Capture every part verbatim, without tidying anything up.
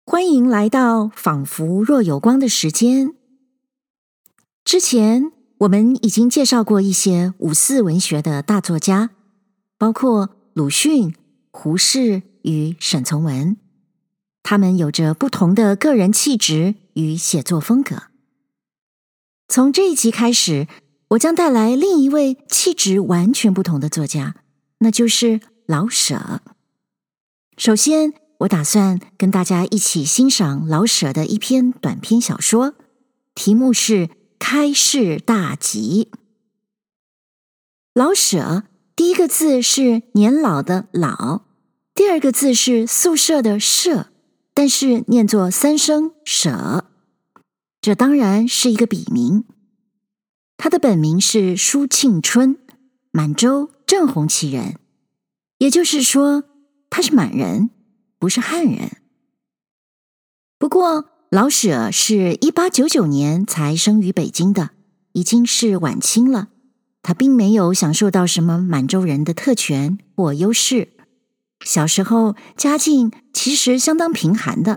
欢迎来到仿佛若有光的时间。之前我们已经介绍过一些五四文学的大作家，包括鲁迅、胡适与沈从文。他们有着不同的个人气质与写作风格。从这一集开始，我将带来另一位气质完全不同的作家，那就是老舍。首先，我打算跟大家一起欣赏老舍的一篇短篇小说，题目是《开市大吉》。老舍第一个字是年老的老，第二个字是宿舍的舍，但是念作三声舍。这当然是一个笔名。他的本名是舒庆春，满洲正红旗人，也就是说他是满人，不是汉人。不过老舍是一八九九年才生于北京的，已经是晚清了。他并没有享受到什么满洲人的特权或优势，小时候家境其实相当贫寒的。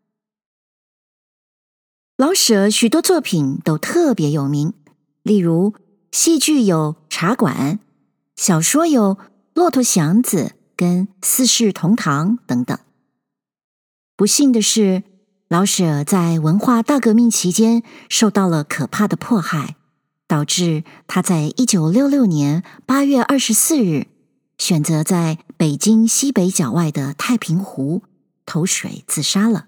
老舍许多作品都特别有名，例如戏剧有《茶馆》，小说有《骆驼祥子》跟《四世同堂》等等。不幸的是，老舍在文化大革命期间受到了可怕的迫害，导致他在一九六六年八月二十四日选择在北京西北角外的太平湖投水自杀了。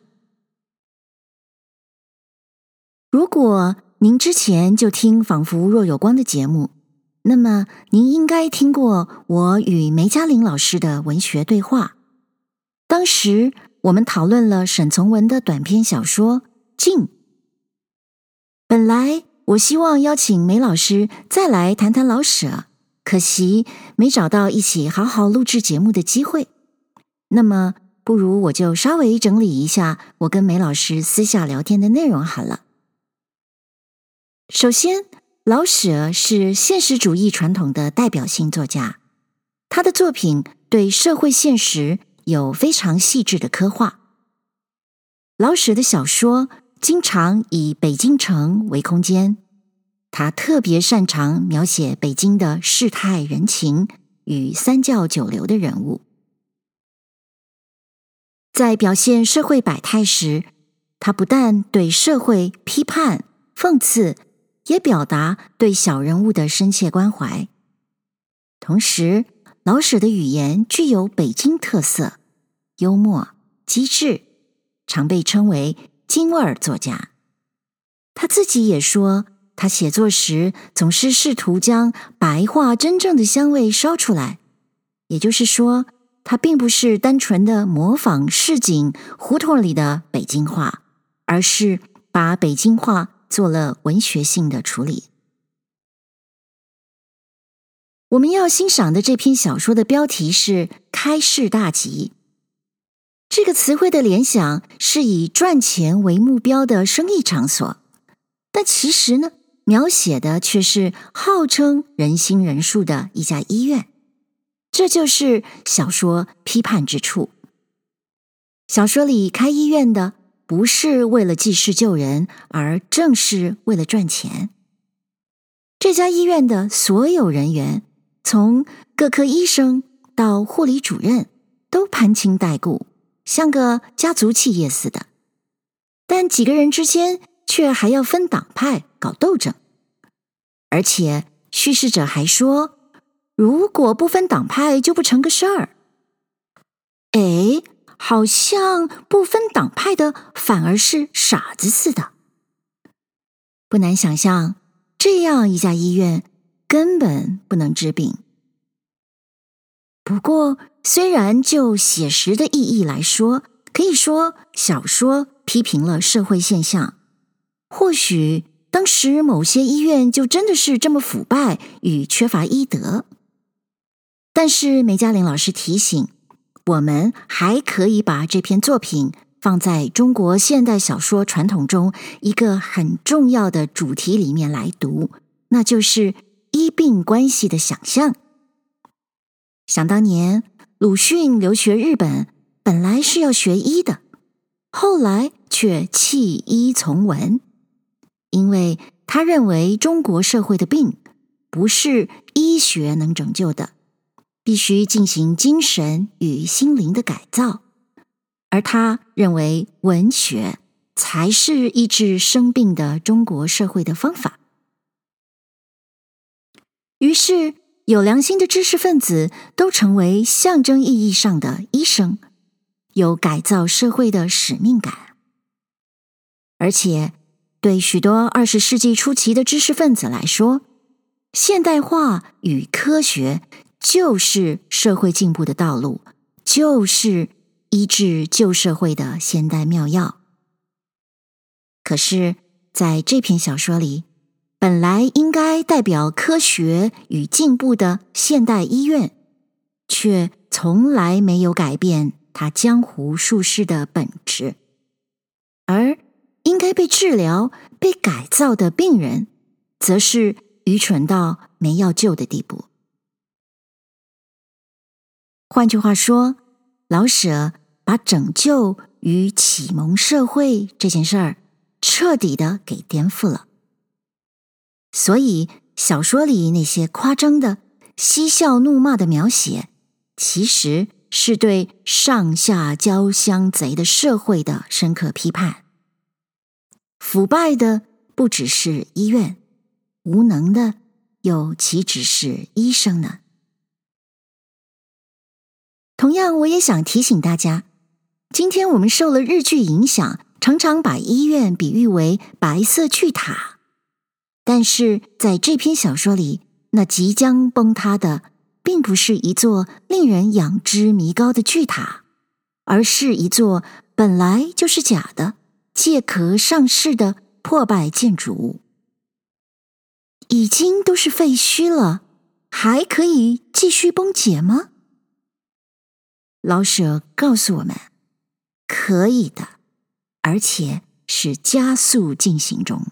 如果您之前就听仿佛若有光的节目，那么您应该听过我与梅嘉玲老师的文学对话。当时我们讨论了沈从文的短篇小说《静》。本来我希望邀请梅老师再来谈谈老舍，可惜没找到一起好好录制节目的机会。那么不如我就稍微整理一下我跟梅老师私下聊天的内容好了。首先，老舍是现实主义传统的代表性作家，他的作品对社会现实有非常细致的刻画。老舍的小说经常以北京城为空间，他特别擅长描写北京的世态人情与三教九流的人物。在表现社会百态时，他不但对社会批判、讽刺，也表达对小人物的深切关怀。同时，老舍的语言具有北京特色，幽默、机智，常被称为京味儿作家。他自己也说，他写作时总是试图将白话真正的香味烧出来，也就是说，他并不是单纯的模仿市井胡同里的北京话，而是把北京话做了文学性的处理。我们要欣赏的这篇小说的标题是《开市大吉》。这个词汇的联想是以赚钱为目标的生意场所，但其实呢，描写的却是号称仁心仁术的一家医院。这就是小说批判之处。小说里开医院的不是为了济世救人，而正是为了赚钱。这家医院的所有人员，从各科医生到护理主任，都攀亲带故，像个家族企业似的。但几个人之间却还要分党派搞斗争。而且叙事者还说，如果不分党派就不成个事儿。诶，好像不分党派的反而是傻子似的。不难想象，这样一家医院根本不能治病。不过，虽然就写实的意义来说，可以说小说批评了社会现象，或许当时某些医院就真的是这么腐败与缺乏医德。但是梅嘉玲老师提醒，我们还可以把这篇作品放在中国现代小说传统中一个很重要的主题里面来读，那就是医病关系的想象。想当年，鲁迅留学日本，本来是要学医的， 后来却弃医从文，因为他认为中国社会的病不是医学能拯救的，必须进行精神与心灵的改造，而他认为文学才是医治生病的中国社会的方法。于是有良心的知识分子都成为象征意义上的医生，有改造社会的使命感。而且对许多二十世纪初期的知识分子来说，现代化与科学就是社会进步的道路，就是医治旧社会的现代妙药。可是在这篇小说里，本来应该代表科学与进步的现代医院，却从来没有改变它江湖术士的本质，而应该被治疗、被改造的病人，则是愚蠢到没药救的地步。换句话说，老舍把拯救与启蒙社会这件事儿彻底的给颠覆了。所以小说里那些夸张的嬉笑怒骂的描写，其实是对上下交相贼的社会的深刻批判。腐败的不只是医院，无能的又岂止是医生呢？同样，我也想提醒大家，今天我们受了日剧影响，常常把医院比喻为白色巨塔，但是在这篇小说里，那即将崩塌的并不是一座令人仰之弥高的巨塔，而是一座本来就是假的借壳上市的破败建筑物。已经都是废墟了，还可以继续崩解吗？老舍告诉我们，可以的，而且是加速进行中。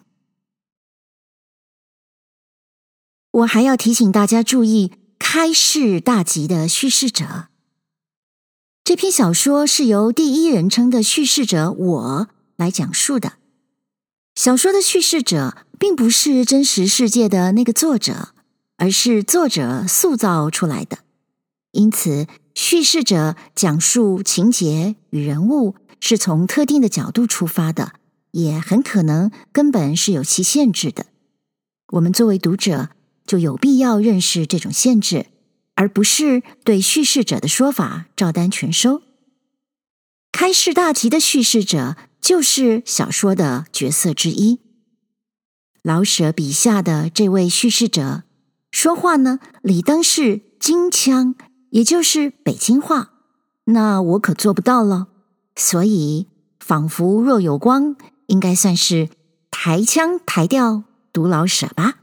我还要提醒大家注意开市大吉的叙事者。这篇小说是由第一人称的叙事者我来讲述的。小说的叙事者并不是真实世界的那个作者，而是作者塑造出来的。因此，叙事者讲述情节与人物是从特定的角度出发的，也很可能根本是有其限制的。我们作为读者就有必要认识这种限制，而不是对叙事者的说法照单全收。开市大吉的叙事者就是小说的角色之一。老舍笔下的这位叙事者说话呢，理当是京腔，也就是北京话，那我可做不到了，所以仿佛若有光应该算是台腔台调读老舍吧。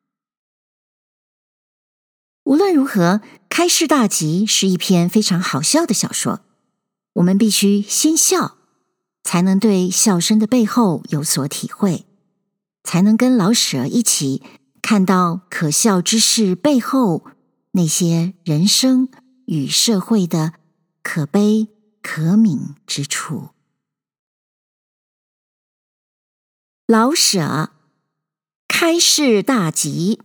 无论如何，开市大吉是一篇非常好笑的小说，我们必须先笑，才能对笑声的背后有所体会，才能跟老舍一起看到可笑之事背后那些人生与社会的可悲可悯之处。老舍开市大吉。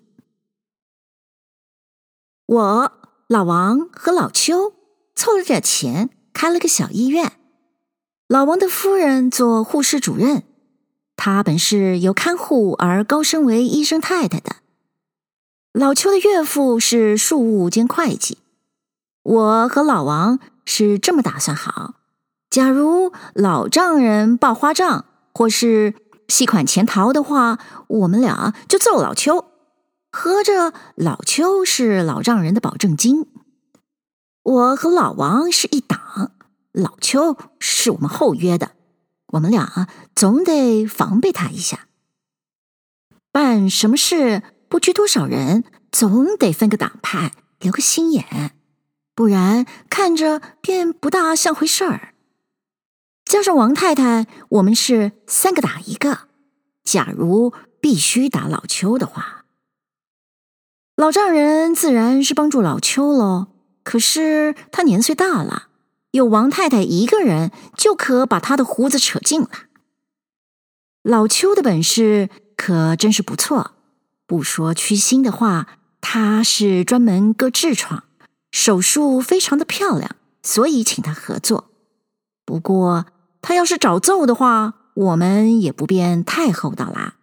我老王和老邱凑了点钱，开了个小医院。老王的夫人做护士主任，她本是由看护而高升为医生太太的。老邱的岳父是庶务兼会计。我和老王是这么打算好，假如老丈人报花账或是细款潜逃的话，我们俩就揍老邱，合着老邱是老丈人的保证金。我和老王是一党，老邱是我们后约的，我们俩总得防备他一下。办什么事不拘多少人，总得分个党派，留个心眼，不然看着便不大像回事儿。加上王太太，我们是三个打一个，假如必须打老邱的话，老丈人自然是帮助老邱咯，可是他年岁大了， 有王太太一个人就可把他的胡子扯尽了。老邱的本事可真是不错，不说虚心的话，他是专门割痔疮，手术非常的漂亮，所以请他合作。不过他要是找揍的话，我们也不便太厚道啦。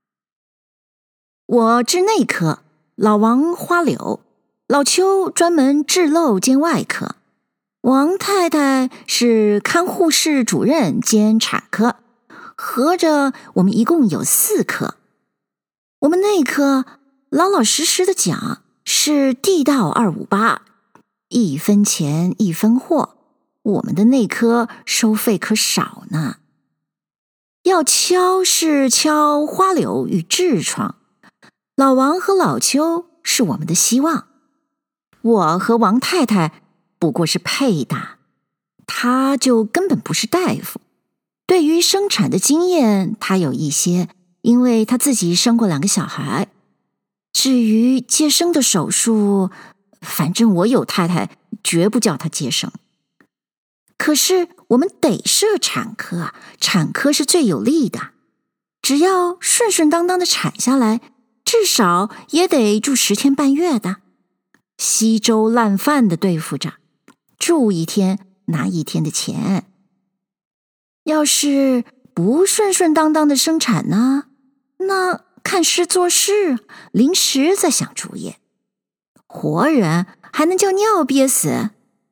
我治内科，老王花柳，老邱专门治漏兼外科，王太太是看护室主任兼产科，合着我们一共有四科。我们内科老老实实的讲是地道二五八，一分钱一分货，我们的内科收费可少呢。要敲是敲花柳与痔疮，老王和老邱是我们的希望，我和王太太不过是配搭，他就根本不是大夫。对于生产的经验他有一些，因为他自己生过两个小孩。至于接生的手术，反正我有太太，绝不叫他接生。可是我们得设产科，产科是最有利的，只要顺顺当当的产下来，至少也得住十天半月的，稀粥烂饭的对付着，住一天拿一天的钱。要是不顺顺当当的生产呢，那看事做事，临时再想主意，活人还能叫尿憋死。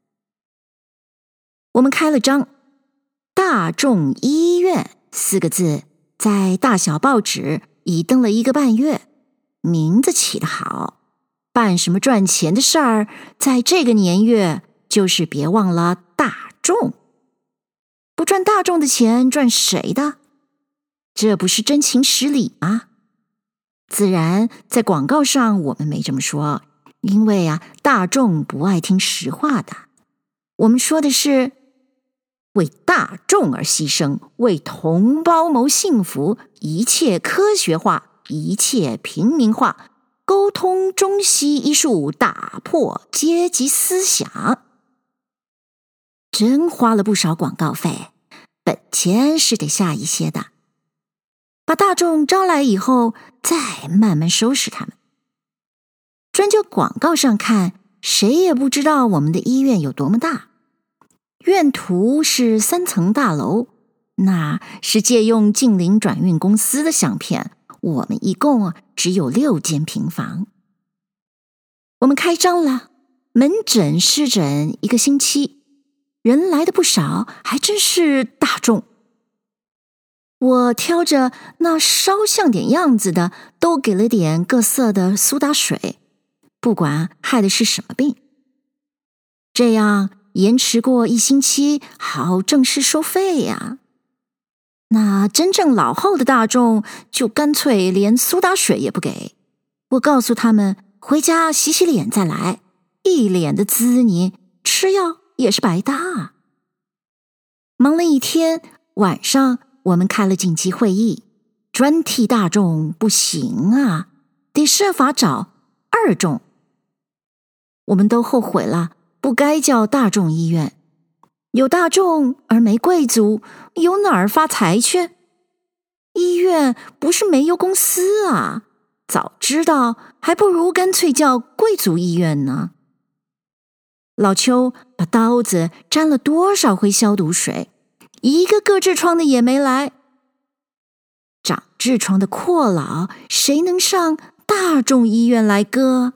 我们开了张大众医院四个字，在大小报纸已登了一个半月，名字起得好，办什么赚钱的事儿，在这个年月就是别忘了大众。不赚大众的钱，赚谁的？这不是真情实理吗？自然在广告上我们没这么说，因为啊，大众不爱听实话的。我们说的是为大众而牺牲，为同胞谋幸福，一切科学化，一切平民化，沟通中西医术，打破阶级思想。真花了不少广告费，本钱是得下一些的。把大众招来以后，再慢慢收拾他们。专就广告上看，谁也不知道我们的医院有多么大。院图是三层大楼，那是借用近邻转运公司的相片，我们一共只有六间平房。我们开张了，门诊湿诊一个星期，人来的不少，还真是大众。我挑着那稍像点样子的，都给了点各色的苏打水，不管害的是什么病。这样延迟过一星期，好正式收费呀。那真正老后的大众，就干脆连苏打水也不给。我告诉他们，回家洗洗脸再来，一脸的滋泥，吃药也是白搭。忙了一天，晚上我们开了紧急会议，专替大众不行啊，得设法找二众。我们都后悔了，不该叫大众医院。有大众而没贵族，由哪儿发财去？医院不是煤油公司啊，早知道还不如干脆叫贵族医院呢。老邱把刀子沾了多少回消毒水，一个个痔疮的也没来。长痔疮的阔老，谁能上大众医院来割？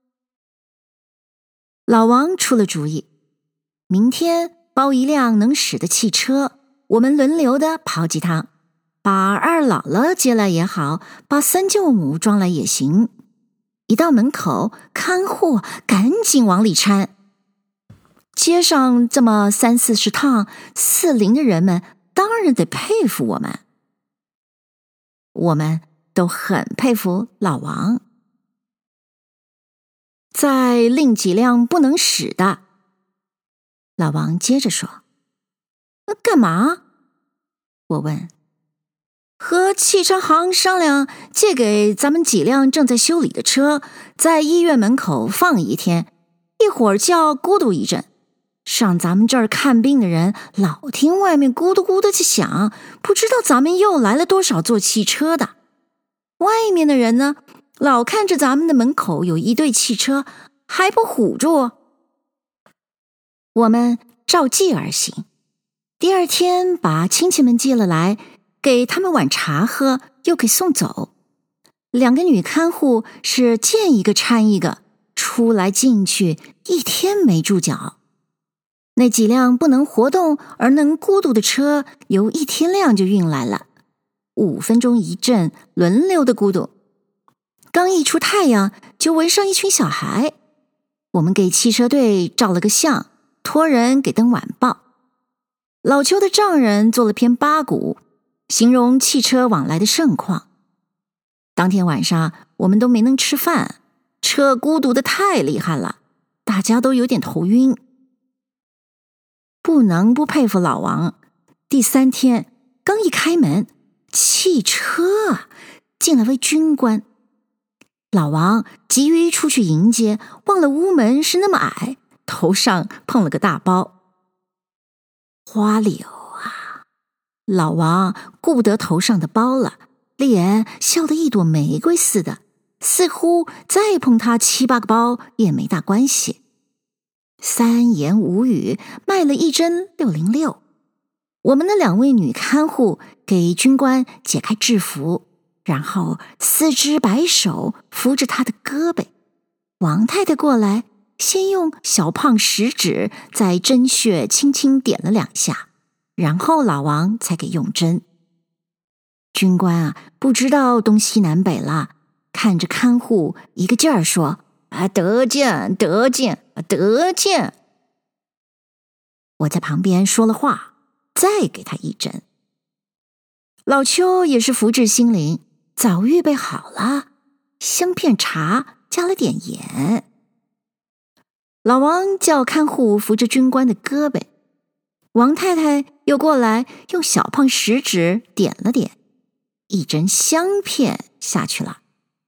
老王出了主意，明天包一辆能使的汽车，我们轮流的跑几趟，把二姥姥接来也好，把三舅母装来也行。一到门口，看护赶紧往里搀。街上这么三四十趟，四邻的人们当然得佩服我们。我们都很佩服老王。再另几辆不能使的。老王接着说：干嘛？我问。和汽车行商量，借给咱们几辆正在修理的车，在医院门口放一天，一会儿叫咕嘟一阵， 上咱们这儿看病的人老听外面咕嘟咕嘟去响，不知道咱们又来了多少坐汽车的。外面的人呢，老看着咱们的门口有一队汽车，还不唬住。我们照计而行，第二天把亲戚们接了来，给他们碗茶喝，又给送走。两个女看护是见一个搀一个，出来进去，一天没住脚。那几辆不能活动而能咕嘟的车，由一天亮就运来了，五分钟一阵，轮流的咕嘟。刚一出太阳，就围上一群小孩。我们给汽车队照了个相，托人给登晚报。老邱的丈人做了篇八股，形容汽车往来的盛况。当天晚上我们都没能吃饭，车咕嘟的太厉害了，大家都有点头晕。不能不佩服老王，第三天刚一开门，汽车啊进了位军官。老王急于出去迎接，忘了屋门是那么矮，头上碰了个大包。花柳啊，老王顾不得头上的包了，脸笑得一朵玫瑰似的，似乎再碰他七八个包也没大关系。三言五语卖了一针六零六。我们的两位女看护给军官解开制服，然后四肢摆手扶着他的胳膊。王太太过来，先用小胖食指在针穴轻轻点了两下，然后老王才给用针。军官啊，不知道东西南北了，看着看护一个劲儿说：“啊，得劲，得劲，得劲！”我在旁边说了话，再给他一针。老邱也是福至心灵，早预备好了香片茶，加了点盐。老王叫看护扶着军官的胳膊，王太太又过来用小胖食指点了点，一针香片下去了。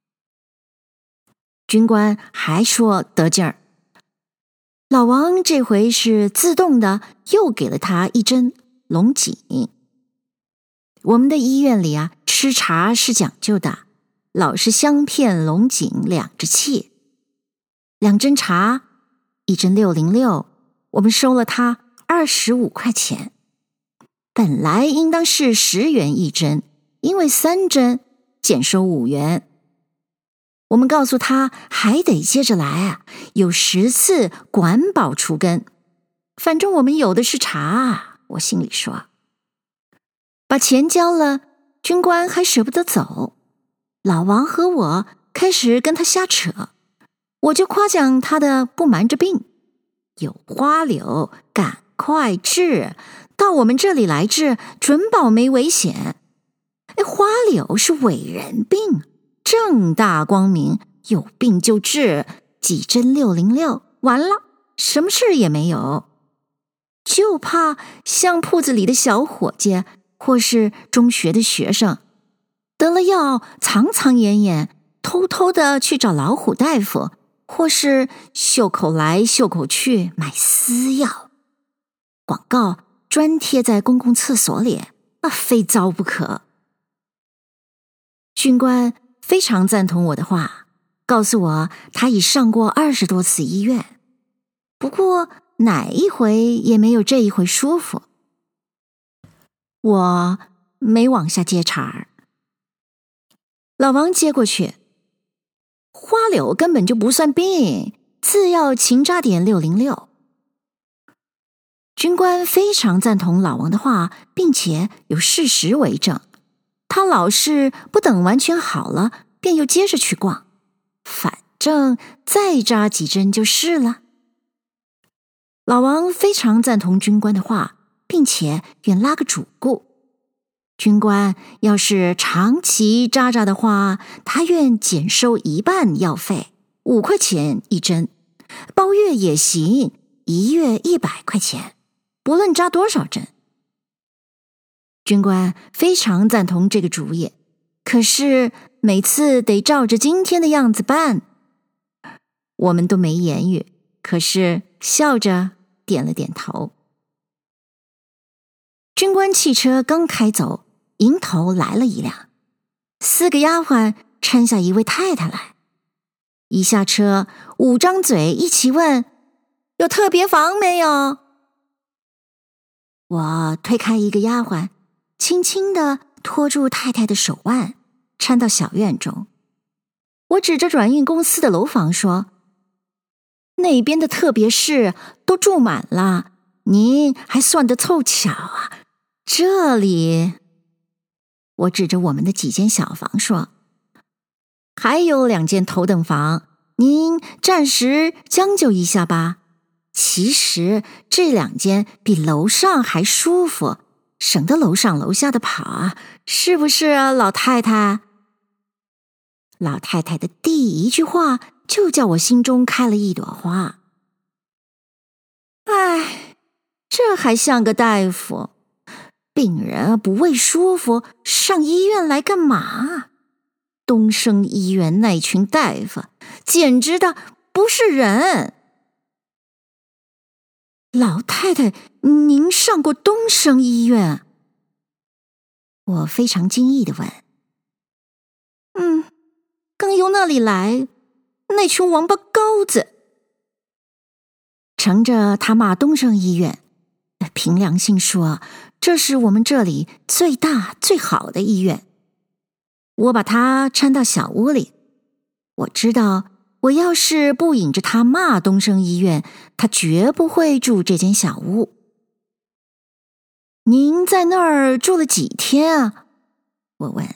军官还说得劲儿，老王这回是自动的又给了他一针龙井。我们的医院里啊，吃茶是讲究的，老是香片龙井两着气。两针茶，一针六零六，我们收了他二十五块钱。本来应当是十元一针，因为三针减收五元。我们告诉他还得接着来啊，有十次管保除根。反正我们有的是茶，我心里说。把钱交了，军官还舍不得走。老王和我开始跟他瞎扯，我就夸奖他的不瞒着病，有花柳赶快治，到我们这里来治，准保没危险。哎，花柳是伟人病，正大光明，有病就治，几针六零六，完了，什么事也没有。就怕像铺子里的小伙计，或是中学的学生，得了药藏藏掩掩，偷偷的去找老虎大夫，或是袖口来袖口去买私药，广告专贴在公共厕所里，啊，非糟不可。军官非常赞同我的话，告诉我他已上过二十多次医院，不过哪一回也没有这一回舒服。我没往下接茬儿。老王接过去，花柳根本就不算病，自要勤扎点六零六。军官非常赞同老王的话，并且有事实为证。他老是不等完全好了，便又接着去逛，反正再扎几针就是了。老王非常赞同军官的话，并且愿拉个主顾。军官要是长期扎扎的话，他愿减收一半药费，五块钱一针，包月也行，一月一百块钱，不论扎多少针。军官非常赞同这个主意，可是每次得照着今天的样子办。我们都没言语，可是笑着点了点头。军官汽车刚开走，迎头来了一辆，四个丫鬟搀下一位太太来。一下车，五张嘴一起问：“有特别房没有？”我推开一个丫鬟，轻轻地拖住太太的手腕，搀到小院中。我指着转运公司的楼房说：“那边的特别室都住满了，您还算得凑巧啊。这里……”我指着我们的几间小房说：“还有两间头等房，您暂时将就一下吧。其实这两间比楼上还舒服，省得楼上楼下的跑啊，是不是啊，老太太？”老太太的第一句话就叫我心中开了一朵花。唉，这还像个大夫？病人不为舒服，上医院来干嘛？东升医院那群大夫简直的不是人。老太太，您上过东升医院？我非常惊异地问。嗯，刚由那里来，那群王八羔子。乘着他骂东升医院，凭良心说，这是我们这里最大最好的医院。我把他搀到小屋里，我知道我要是不引着他骂东升医院，他绝不会住这间小屋。您在那儿住了几天啊？我问。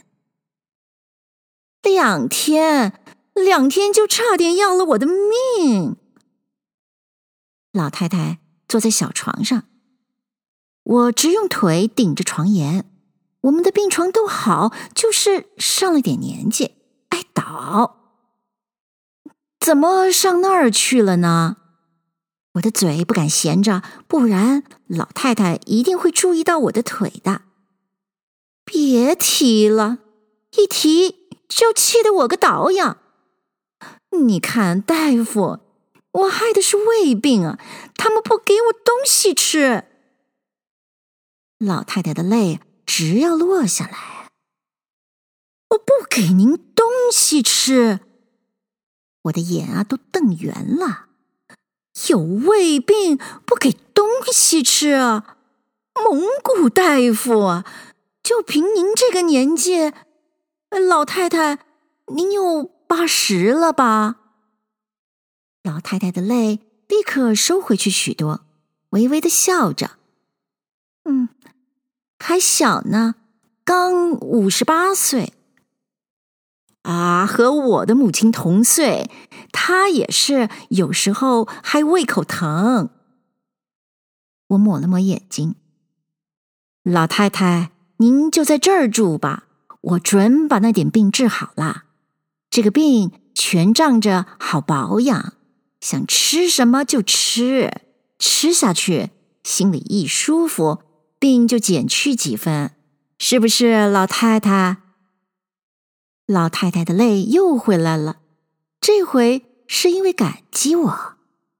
两天，两天就差点要了我的命。老太太坐在小床上，我只用腿顶着床沿。我们的病床都好，就是上了点年纪，爱倒。怎么上那儿去了呢？我的嘴不敢闲着，不然老太太一定会注意到我的腿的。别提了，一提就气得我个倒样。你看，大夫，我害的是胃病啊，他们不给我东西吃。老太太的泪直要落下来。我不给您东西吃，我的眼啊都瞪圆了。有胃病不给东西吃啊？蒙古大夫啊，就凭您这个年纪，老太太，您有八十了吧？老太太的泪立刻收回去许多，微微的笑着。嗯，还小呢，刚五十八岁。啊，和我的母亲同岁，她也是有时候还胃口疼。我抹了抹眼睛。老太太，您就在这儿住吧，我准把那点病治好了。这个病全仗着好保养，想吃什么就吃，吃下去心里一舒服，病就减去几分，是不是，老太太？老太太的泪又回来了，这回是因为感激我。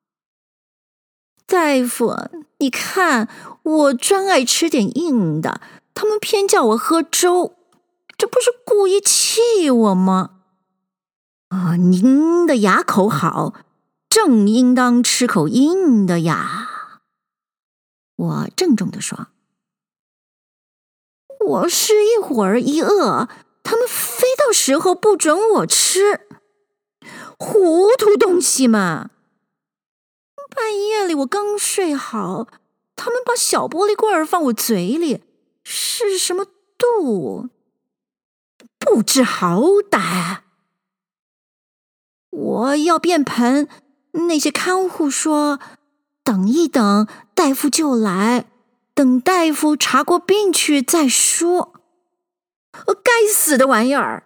大夫，你看我专爱吃点硬的，他们偏叫我喝粥，这不是故意气我吗？啊、哦，您的牙口好，正应当吃口硬的呀。我郑重地说。我是一会儿一饿，他们非到时候不准我吃，糊涂东西嘛！半夜里我刚睡好，他们把小玻璃罐儿放我嘴里，是什么肚？不知好歹！我要便盆，那些看护说等一等，大夫就来，等大夫查过病去再说。该死的玩意儿！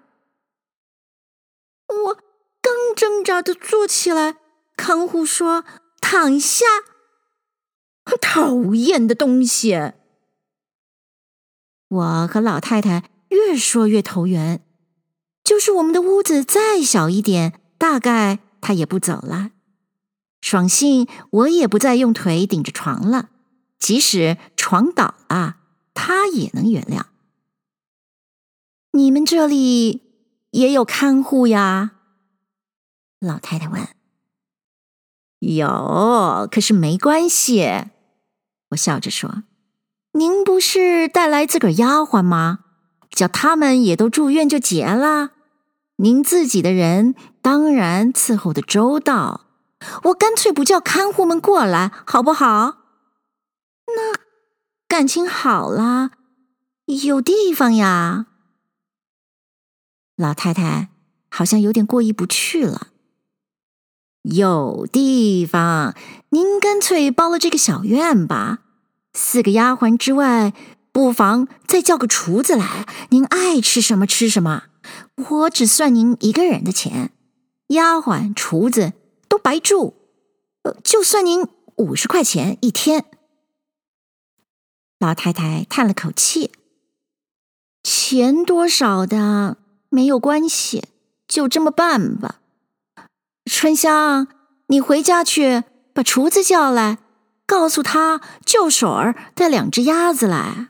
我刚挣扎的坐起来，看护说躺下。讨厌的东西！我和老太太越说越投缘，就是我们的屋子再小一点，大概她也不走了。 爽性我也不再用腿顶着床了，即使床倒了，他也能原谅。你们这里也有看护呀？老太太问。有，可是没关系，我笑着说。您不是带来自个儿丫鬟吗？叫他们也都住院就结了。您自己的人当然伺候的周到，我干脆不叫看护们过来，好不好？那感情好啦，有地方呀。老太太好像有点过意不去了。有地方，您干脆包了这个小院吧。四个丫鬟之外，不妨再叫个厨子来，您爱吃什么吃什么。我只算您一个人的钱，丫鬟、厨子都白住，呃，就算您五十块钱一天。老太太叹了口气，钱多少的没有关系，就这么办吧。春香，你回家去把厨子叫来，告诉他救手儿带两只鸭子来。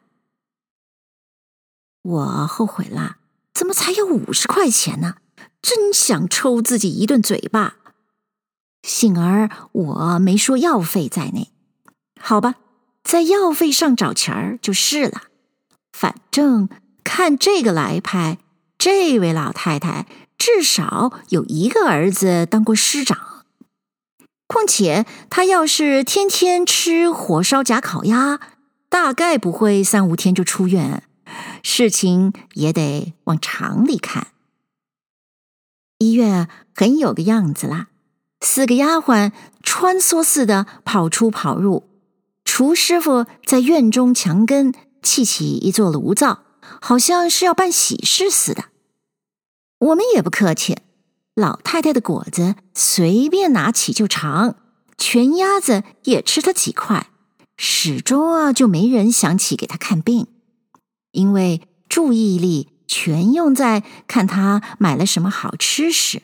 我后悔了，怎么才有五十块钱呢？真想抽自己一顿嘴巴。幸而我没说药费在内，好吧，在药费上找钱儿就是了。反正看这个来派，这位老太太至少有一个儿子当过师长。况且她要是天天吃火烧假烤鸭，大概不会三五天就出院。事情也得往常里看。医院很有个样子啦，四个丫鬟穿梭似的跑出跑入，厨师傅在院中墙根砌起一座炉灶，好像是要办喜事似的。我们也不客气，老太太的果子随便拿起就尝，全鸭子也吃它几块，始终啊就没人想起给她看病，因为注意力全用在看她买了什么好吃食。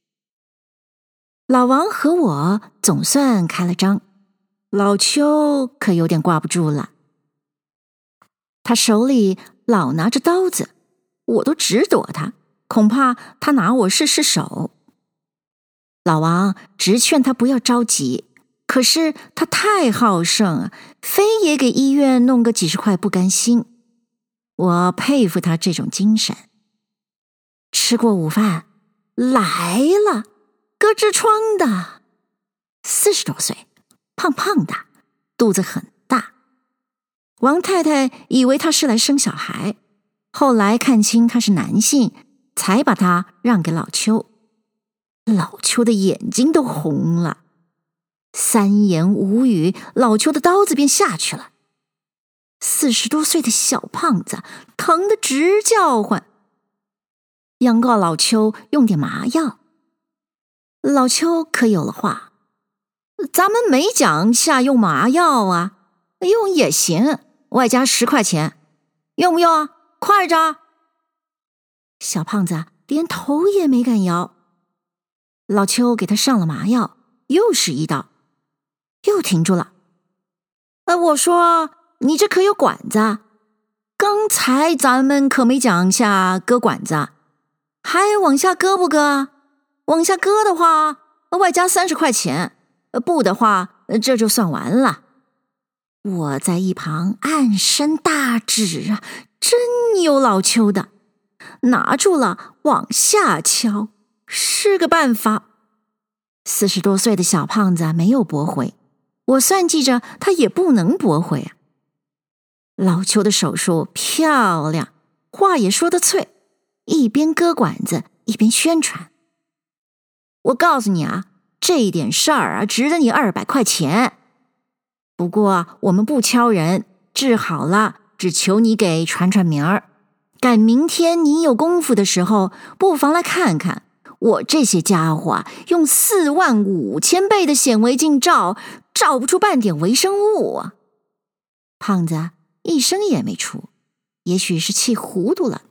老王和我总算开了张，老邱可有点挂不住了。他手里老拿着刀子，我都直躲他，恐怕他拿我试试手。老王直劝他不要着急，可是他太好胜啊，非也给医院弄个几十块不甘心。我佩服他这种精神。吃过午饭，来了，个痔疮的，四十多岁，胖胖的，肚子很大。王太太以为他是来生小孩，后来看清他是男性，才把他让给老邱。老邱的眼睛都红了，三言五语，老邱的刀子便下去了。四十多岁的小胖子疼得直叫唤，央告老邱用点麻药。老邱可有了话，咱们没讲下用麻药啊，用也行，外加十块钱，用不用啊？快着！小胖子连头也没敢摇。老邱给他上了麻药，又是一刀，又停住了。呃，我说你这可有管子？刚才咱们可没讲下割管子，还往下割不割？往下割的话，外加三十块钱；不的话，这就算完了。我在一旁暗伸大指啊，真有老邱的，拿住了往下敲，是个办法。四十多岁的小胖子没有驳回，我算计着他也不能驳回啊。老邱的手术漂亮，话也说得脆，一边割管子一边宣传。我告诉你啊，这点事儿啊，值得你二百块钱。不过我们不敲人，治好了只求你给传传名儿。赶明天你有功夫的时候，不妨来看看我这些家伙啊，用四万五千倍的显微镜照，照不出半点微生物啊！胖子一声也没出，也许是气糊涂了。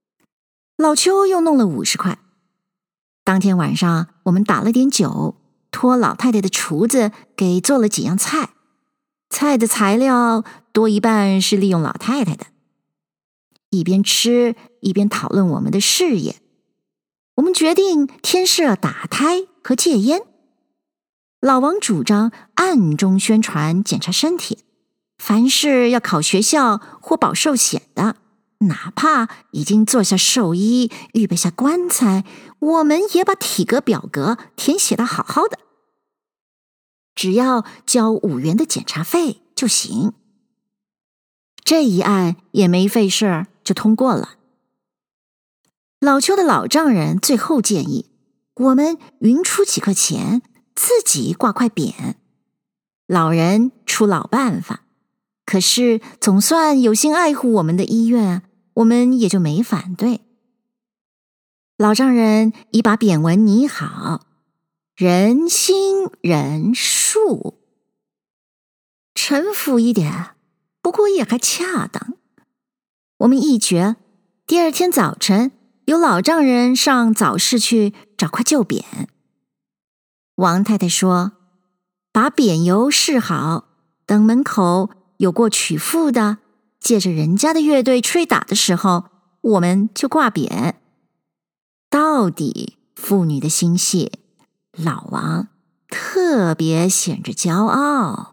老邱又弄了五十块。当天晚上我们打了点酒， 托老太太的厨子给做了几样菜，菜的材料多一半是利用老太太的。一边吃一边讨论我们的事业，我们决定添设打胎和戒烟。老王主张暗中宣传检查身体，凡是要考学校或保寿险的，哪怕已经做下寿衣，预备下棺材，我们也把体格表格填写得好好的，只要交五元的检查费就行。这一案也没费事就通过了。老邱的老丈人最后建议我们匀出几块钱，自己挂块匾。老人出老办法，可是总算有心爱护我们的医院，我们也就没反对。老丈人已把匾文拟好，人心人术，陈腐一点，不过也还恰当。我们一决，第二天早晨有老丈人上早市去找块旧匾。王太太说，把匾油试好，等门口有过取妇的，借着人家的乐队吹打的时候，我们就挂匾。到底妇女的心细，老王特别显着骄傲。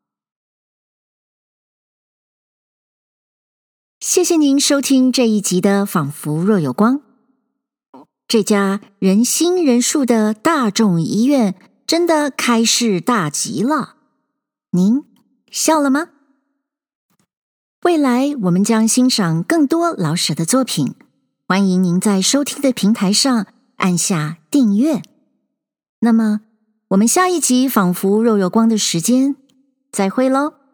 谢谢您收听这一集的仿佛若有光。这家人心人术的大众医院真的开市大吉了，您笑了吗？未来我们将欣赏更多老舍的作品，欢迎您在收听的平台上按下订阅。那么我们下一集仿佛若有光的时间再会喽。